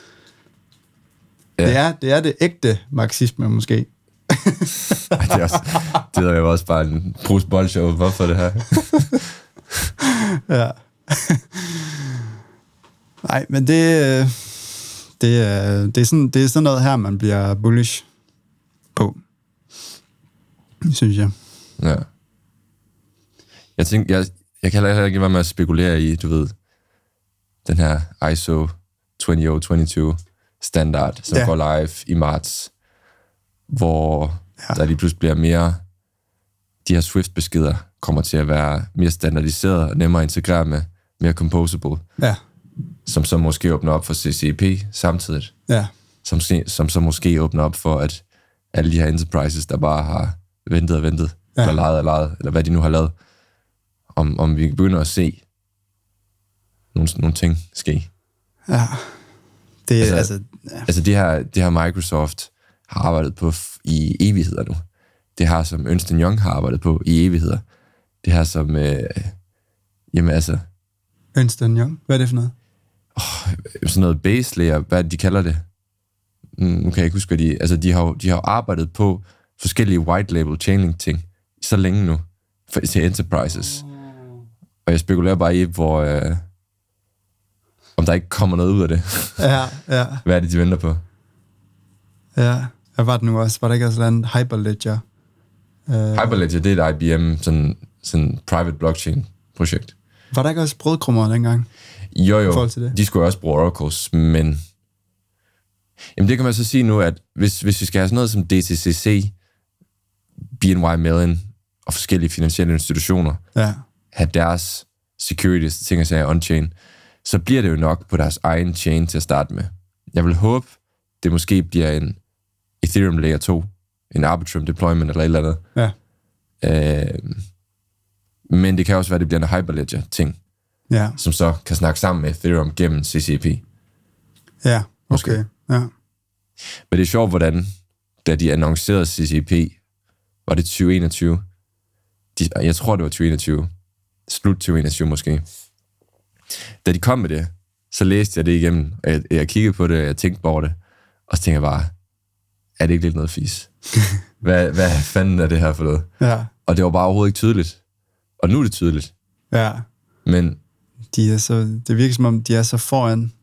Ja. Det er det ægte marxisme, måske. Ej, det er jo også bare en Bruce Bolshow. Hvorfor det her? Ja. Nej, men det er sådan noget her, man bliver bullish på, synes jeg. Ja. Jeg tænker, jeg kan heller ikke være med at spekulere i, du ved, den her ISO 20022 standard, som går live i marts, hvor der lige pludselig bliver mere, de her Swift-beskeder kommer til at være mere standardiseret og nemmere at integrere med, mere composable, som så måske åbner op for CCP samtidig, som så måske åbner op for, at alle de her enterprises, der bare har ventet, eller lejet, eller hvad de nu har lavet, om vi begynder at se nogle ting ske. Ja. Det er altså det her Microsoft har arbejdet på i evigheder nu. Det her, som Ernst & Young har arbejdet på i evigheder. Det her, som... Ernst & Young? Hvad er det for noget? Sådan noget base layer, hvad de kalder det. Nu kan jeg ikke huske, hvad de... Altså, de har arbejdet på forskellige white label chainlink ting så længe nu til enterprises. Og jeg spekulerer bare i, hvor... om der ikke kommer noget ud af det. Ja. Hvad er det, de venter på? Ja, hvad var det nu også? Var der ikke også en Hyperledger? Hyperledger, det er et IBM sådan private blockchain-projekt. Var der ikke også brødkrummer dengang? Jo, de skulle også bruge oracles, men... Jamen det kan man så sige nu, at hvis vi skal have sådan noget som DTCC, BNY Mellon og forskellige finansielle institutioner, have deres securities, ting og sager on-chain, så bliver det jo nok på deres egen chain til at starte med. Jeg vil håbe, det måske bliver en Ethereum Layer 2, en Arbitrum deployment eller et eller andet. Ja. Men det kan også være, det bliver en Hyperledger-ting, som så kan snakke sammen med Ethereum gennem CCP. Ja, okay. Ja. Men det er sjovt, hvordan, da de annoncerede CCP, var det 2021? Jeg tror, det var 2021. Slut 2021 måske. Da de kom med det, så læste jeg det igennem, og jeg kiggede på det, og jeg tænkte over det, og så tænkte jeg bare, er det ikke lidt noget fis? Hvad fanden er det her for noget? Ja. Og det var bare overhovedet ikke tydeligt. Og nu er det tydeligt. Ja. Men det virker som om, de er så foran,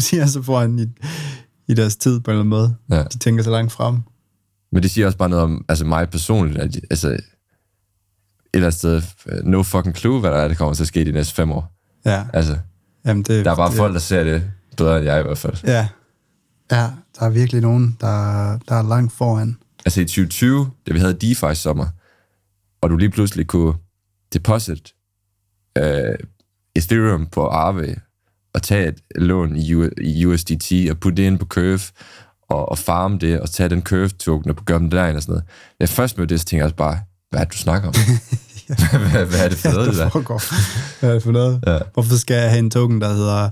i deres tid på en eller anden måde. Ja. De tænker så langt frem. Men det siger også bare noget om mig personligt, at et eller andet sted, no fucking clue, hvad der er, det kommer til at ske de næste 5 år. Ja. Altså, jamen der er bare folk, der ser det bedre end jeg i hvert fald. Ja. Ja, der er virkelig nogen, der er langt foran. Altså i 2020, da vi havde DeFi-sommer, og du lige pludselig kunne deposit Ethereum på Aave, og tage et lån i USDT, og putte det ind på Curve, og farme det, og tage den Curve-token, og gøre dem derind og sådan noget. Da jeg først mødte det, så tænkte jeg også bare, hvad er det, du snakker om? hvad er det for noget, det der? Hvad er det for noget? Ja. Hvorfor skal jeg have en token, der hedder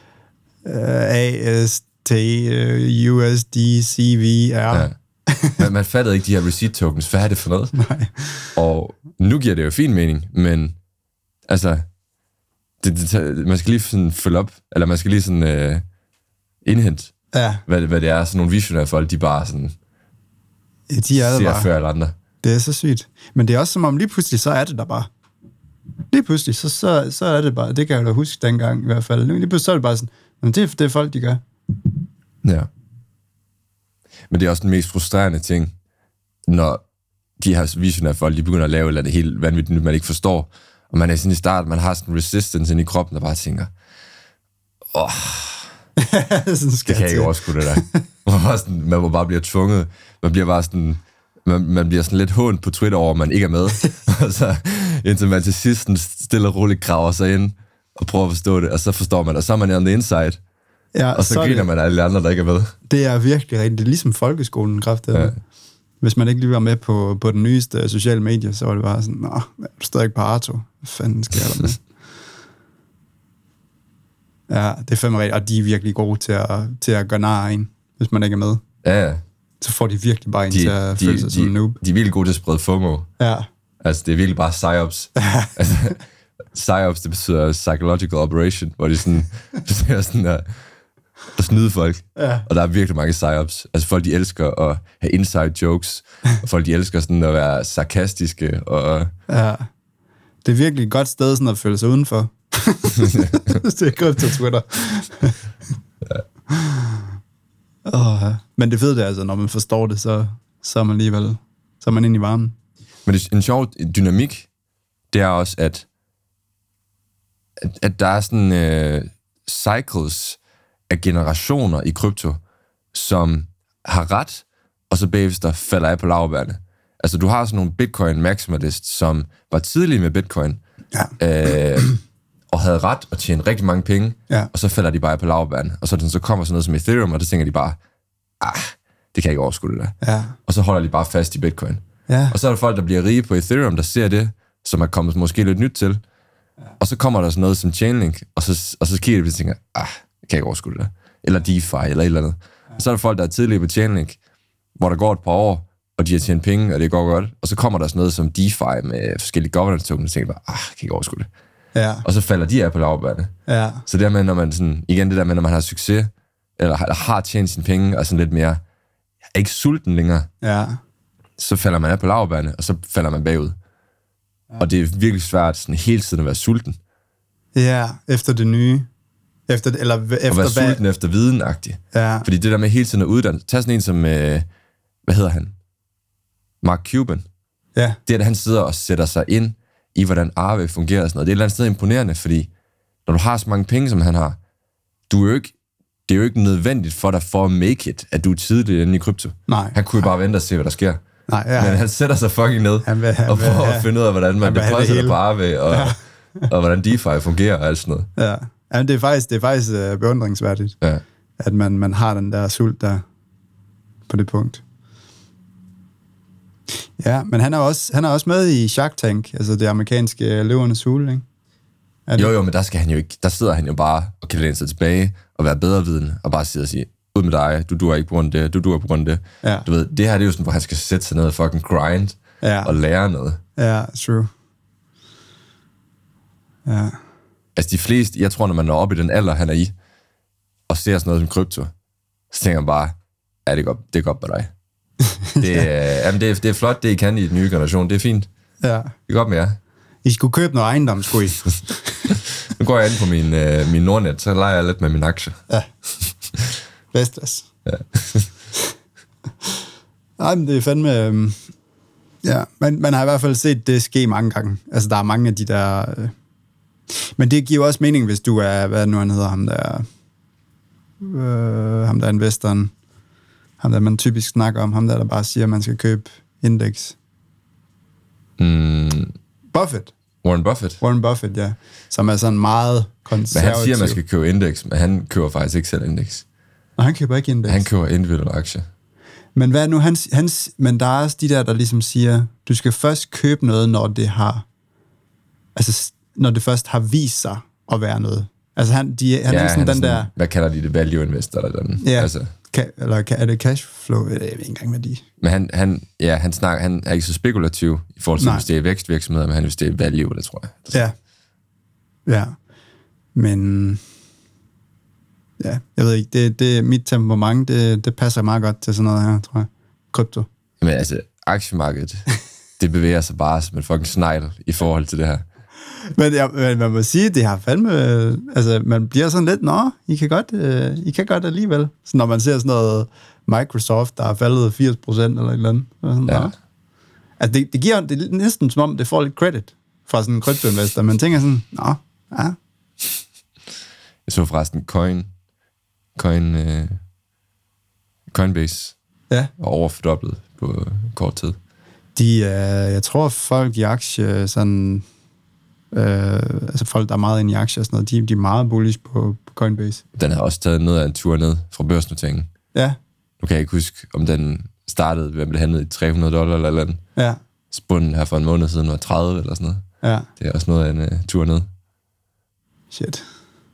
AST USDCVR? Ja. Man fattede ikke de her receipt tokens. Hvad er det for noget? Nej. Og nu giver det jo fin mening, men altså, man skal lige sådan følge op, eller man skal lige sådan indhente, hvad det er. Sådan nogle visionære folk, de bare sådan de er ser bare før alle andre. Det er så sygt. Men det er også som om lige pludselig, så er det der bare. Lige pludselig, så er det bare. Det kan jeg da huske dengang i hvert fald. Lige pludselig, så er det bare sådan, men det er folk, de gør. Ja. Men det er også den mest frustrerende ting, når de her visionære folk, de begynder at lave et eller andet helt vanvittigt, man ikke forstår. Og man er sådan i starten, man har sådan en resistance ind i kroppen, der bare tænker, det kan jeg ikke overskue det der. Man må bare blive tvunget. Man bliver bare sådan, man bliver sådan lidt hån på Twitter over, man ikke er med. Og så indtil man til sidst stille og roligt graver sig ind og prøver at forstå det, og så forstår man, og så er man on the inside, Ja, og så griner man af alle andre, der ikke er med. Det er virkelig rigtigt. Det er ligesom folkeskolen, kraftigt. Ja. Hvis man ikke lige var med på den nyeste sociale medier, så var det bare sådan, nå, du står ikke på Arto. Hvad fanden sker der med? Ja, det er fandme rigtigt. Og de er virkelig gode til at gøre nar af en, hvis man ikke er med. Ja. Så får de virkelig bare en til at føle sig som en noob. De er virkelig gode til at sprede FOMO. Ja. Altså, det er virkelig bare PsyOps. Altså, PsyOps, det betyder Psychological Operation, hvor de sådan, det er sådan der, at snyde folk. Ja. Og der er virkelig mange PsyOps. Altså, folk, de elsker at have inside jokes, og folk, de elsker sådan at være sarkastiske. Og ja. Det er virkelig et godt sted sådan at føle sig udenfor. Det er godt til Twitter. Ja. Men det fede er altså, når man forstår det, så er man alligevel så er man inde i varmen. Men en sjov dynamik, det er også, at der er sådan cycles af generationer i krypto, som har ret, og så bagefter falder af på laurbærne. Altså, du har sådan nogle Bitcoin maximalists, som var tidlige med Bitcoin, og havde ret og tjente rigtig mange penge, og så falder de bare på laurbærne. Og så kommer sådan noget som Ethereum, og der tænker de bare, det kan jeg ikke overskue det der. Ja. Og så holder de bare fast i Bitcoin. Ja. Og så er der folk, der bliver rige på Ethereum, der ser det, som er kommet måske lidt nyt til. Ja. Og så kommer der sådan noget som Chainlink, og så kigger de og tænker, det kan jeg ikke overskue det der. Eller DeFi, eller et eller andet. Ja. Og så er der folk, der er tidligere på Chainlink, hvor der går et par år, og de har tjent penge, og det går godt. Og så kommer der sådan noget som DeFi med forskellige governance tokens, og tænker bare, jeg kan ikke overskue det. Ja. Og så falder de af på laurbærne. Ja. Så det der med, når man sådan, igen det der med, når man har succes, eller har tjent sine penge, og sådan lidt mere, ikke sulten længere, så falder man af på laurbærne, og så falder man bagud. Ja. Og det er virkelig svært sådan hele tiden at være sulten. Ja, efter det nye. Efter at være sulten efter viden-agtig. Ja. Fordi det der med hele tiden at uddanne. Tag sådan en som, hvad hedder han? Mark Cuban. Ja. Det er, at han sidder og sætter sig ind i, hvordan Aave fungerer og sådan noget. Det er et eller andet sted imponerende, fordi når du har så mange penge, som han har, det er jo ikke nødvendigt for dig for at make it, at du er tidligt inde i krypto. Nej. Han kunne jo bare vente og se, hvad der sker. Nej, ja. Men han sætter sig fucking ned og prøver at finde ud af, hvordan man depositer på Aave, og hvordan DeFi fungerer og alt sådan noget. Ja. Jamen, det er faktisk beundringsværdigt, at man har den der sult der på det punkt. Ja, men han er også med i Shark Tank, altså det amerikanske løvernes hule, ikke? Jo, men der skal han jo ikke. Der sidder han jo bare og kan læne sig tilbage og være bedre vidende og bare sidde og sige, ud med dig, du duer ikke på grund af det, du duer på grund af det. Ja. Du ved, det her det er jo sådan, hvor han skal sætte sig ned og fucking grind og lære noget. Ja, true. Ja. Altså de fleste, jeg tror, når man når op i den alder, han er i, og ser sådan noget som krypto, så tænker man bare, det er godt med dig. Det er flot, det I kan i den nye generation, det er fint. Ja. Det er godt med jer. I skulle købe noget ejendom, skulle I? Nu går jeg ind på min Nordnet, så leger jeg lidt med min aktie. Ja. Vestas. Ja. Nej, men det er fandme... ja, man har i hvert fald set det ske mange gange. Altså, der er mange af de der... men det giver også mening, hvis du er... Hvad nu han hedder? Ham der er investoren. Ham der, man typisk snakker om. Ham der bare siger, at man skal købe indeks. Buffett. Warren Buffett, ja. Som er sådan meget konservativ. Men han siger, at man skal købe indeks, men han køber faktisk ikke selv indeks. Nej, han køber ikke indeks. Han køber individuelle aktier. Men hvad nu, men der er også de der ligesom siger, du skal først købe noget, når det har, altså når det først har vist sig at være noget. Altså han er sådan den der... Hvad kalder de det? Value investor eller den? Ja, altså. Eller er det cashflow? Jeg ved ikke engang, hvad de... Men han er ikke så spekulativ i forhold til at investere i vækstvirksomheder, men han investerer i value, det tror jeg. Ja. Men... Ja, jeg ved ikke, det er mit temperament, det passer meget godt til sådan noget her, tror jeg. Krypto. Men altså, aktiemarkedet, det bevæger sig bare som en fucking snegl i forhold til det her. Men man må sige, det har fandme... altså, man bliver sådan lidt, I kan godt alligevel. Så når man ser sådan noget Microsoft, der er faldet 80% eller et eller andet. Sådan, ja. Altså, det er næsten som om, det får lidt credit fra sådan en kryptoinvestor. Man tænker sådan, ja. Jeg så forresten Coinbase var overfordoblet på kort tid. Jeg tror folk i aktie sådan Altså folk, der er meget inde i aktier og sådan noget, de er meget bullish på Coinbase. Den har også taget noget af en tur ned fra børsnoteringen. Ja. Nu kan jeg ikke huske, om den startede ved at blive handlet i $300 eller andet. Ja. Spunden her for en måned siden var 30 eller sådan noget. Ja. Det er også noget af en tur ned. Shit.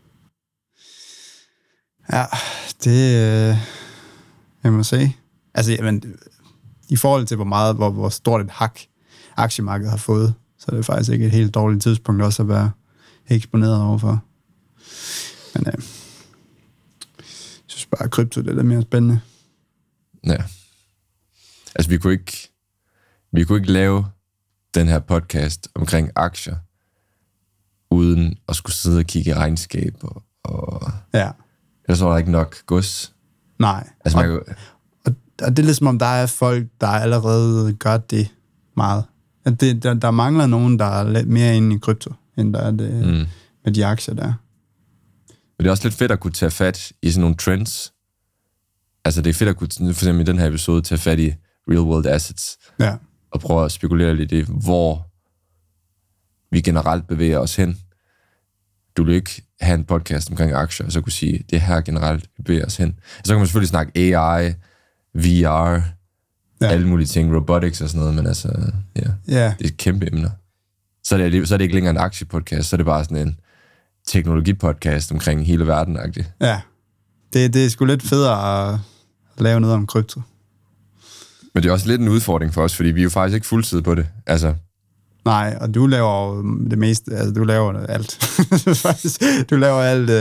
Ja, det... jeg må se. Altså, jamen, i forhold til, hvor stort et hak aktiemarkedet har fået, så er det faktisk ikke et helt dårligt tidspunkt også at være eksponeret overfor. Men jeg synes bare, at krypto det er lidt mere spændende. Ja. Altså, vi kunne ikke lave den her podcast omkring aktier, uden at skulle sidde og kigge i regnskab og ja. Ellers var der ikke nok gods. Nej. Altså, og det er lidt som om, der er folk, der allerede gør det meget. At der mangler nogen, der er lidt mere inde i krypto, end der er det med de aktier der. Men det er også lidt fedt at kunne tage fat i sådan nogle trends. Altså det er fedt at kunne, for eksempel i den her episode, tage fat i real world assets. Ja. Og prøve at spekulere lidt i, hvor vi generelt bevæger os hen. Du vil ikke have en podcast omkring aktier, og så kunne sige, det her generelt bevæger os hen. Så kan man selvfølgelig snakke AI, VR, alle mulige ting, robotics og sådan noget, men altså, det er kæmpe emner. Så er det ikke længere en aktiepodcast, så er det bare sådan en teknologipodcast omkring hele verden-agtigt. Ja, det er sgu lidt federe at lave noget om krypto. Men det er også lidt en udfordring for os, fordi vi er jo faktisk ikke fuldtid på det. Altså. Nej, og du laver det meste, altså du laver alt. Du laver alt,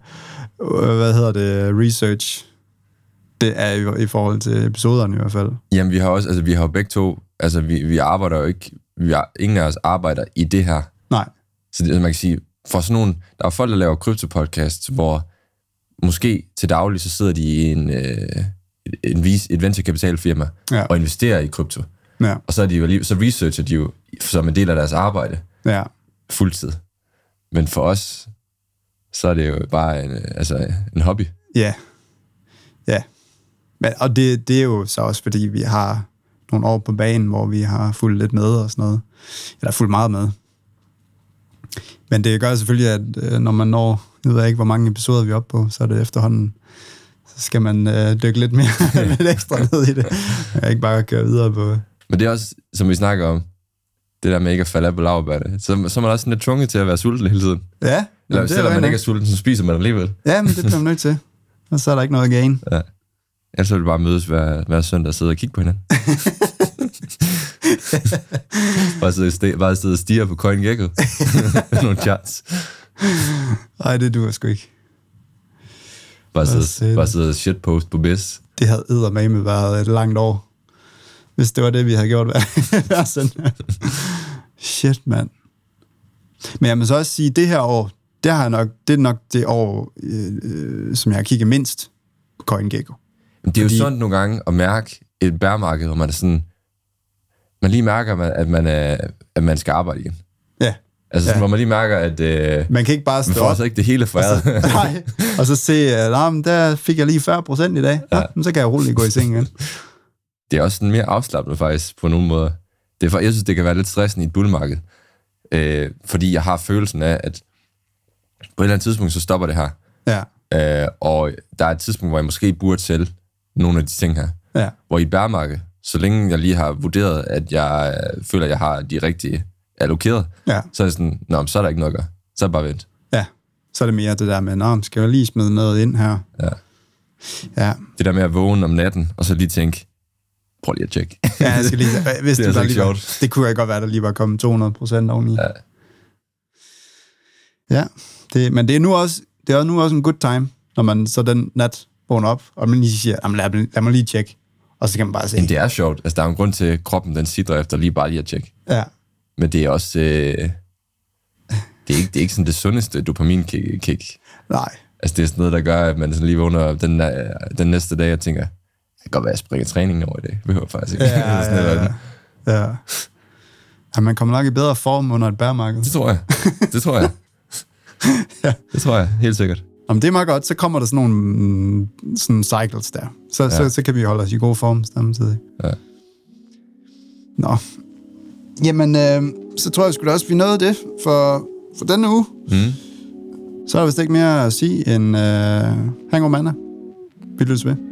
research. Det er jo i forhold til episoderne i hvert fald. Jamen, vi har jo begge to, altså vi arbejder jo ikke, ingen af os arbejder i det her. Nej. Så det, man kan sige, for sådan nogle, der er folk, der laver kryptopodcasts, hvor måske til daglig, så sidder de i et venturekapitalfirma og investerer i krypto. Ja. Og så, er de jo så researcher de jo som en del af deres arbejde fuldtid. Men for os, så er det jo bare en hobby. Ja. Ja. Men, og det er jo så også, fordi vi har nogle år på banen, hvor vi har fulgt lidt med og sådan noget. Eller fulgt meget med. Men det gør selvfølgelig, at når man når, jeg ved ikke, hvor mange episoder vi er oppe på, så er det efterhånden, så skal man dykke lidt mere, lidt ekstra ned i det. Jeg ikke bare køre videre på. Men det er også, som vi snakker om, det der med ikke at falde af på laurbærne. Så er man også lidt tvunget til at være sulten hele tiden. Ja. Eller selvom man ikke er sulten, så spiser man alligevel. Ja, men det bliver man nødt til. Og så er der ikke noget at gain. Ja. Ellers vil vi bare mødes hver søndag og sidde og kigge på hinanden. bare sidde og stirre på CoinGecko. Nogle charts. Nej, det duer sgu ikke. Bare sidde og shitpost på BIS. Det havde eddermame været et langt år. Hvis det var det, vi havde gjort hver søndag. Shit, mand. Men jeg må så også sige, det her år, det er nok det år, som jeg har kigget mindst på CoinGecko. Det er jo sådan nogle gange at mærke et bærmarked, hvor man er sådan, man lige mærker, at man skal arbejde igen. Ja. Altså sådan, hvor man lige mærker, at man kan ikke bare stå man får altså ikke det hele foræret. Nej, og så se, at der fik jeg lige 40% i dag. Ja. Så kan jeg roligt gå i seng igen. Det er også sådan mere afslappende faktisk, på nogle måder. Jeg synes, det kan være lidt stressende i et bullmarked. Fordi jeg har følelsen af, at på et eller andet tidspunkt, så stopper det her. Ja. Og der er et tidspunkt, hvor jeg måske burde sælge nogle af de ting her. Ja. Hvor i et bærmarked, så længe jeg lige har vurderet, at jeg føler, at jeg har de rigtige allokeret, så er det sådan, så er der ikke noget at gøre. Så er det bare vent. Ja, så er det mere det der med, skal jeg lige smide noget ind her? Ja. Det der med at vågne om natten, og så lige tænke, prøv lige at tjekke. Ja, jeg skal lige, hvis det er altså ikke sjovt. Det kunne jeg godt være, der lige var kommet 200% oveni. Ja, men det er nu også en good time, når man så den nat vågner op, og man lige siger, lad mig lige tjekke, og så kan man bare se. Men det er sjovt. Altså, der er en grund til, at kroppen den sidder efter lige at tjekke. Ja. Men det er også, det er ikke sådan det sundeste dopamin-kick. Nej. Altså, det er sådan noget, der gør, at man sådan lige vågner den næste dag og tænker, det kan godt være, at jeg springer træningen over i dag. Det behøver faktisk ikke. Ja, man kommer nok i bedre form under et bærmarked. Det tror jeg. Det tror jeg, helt sikkert. Om det er meget godt, så kommer der sådan nogle sådan cycles der. Så kan vi holde os i god form samtidig. Ja. Nå. Jamen, så tror jeg sgu da også, vi nåede det for for denne uge. Så er der vist ikke mere at sige end hang over mandag. Vi lyttes ved.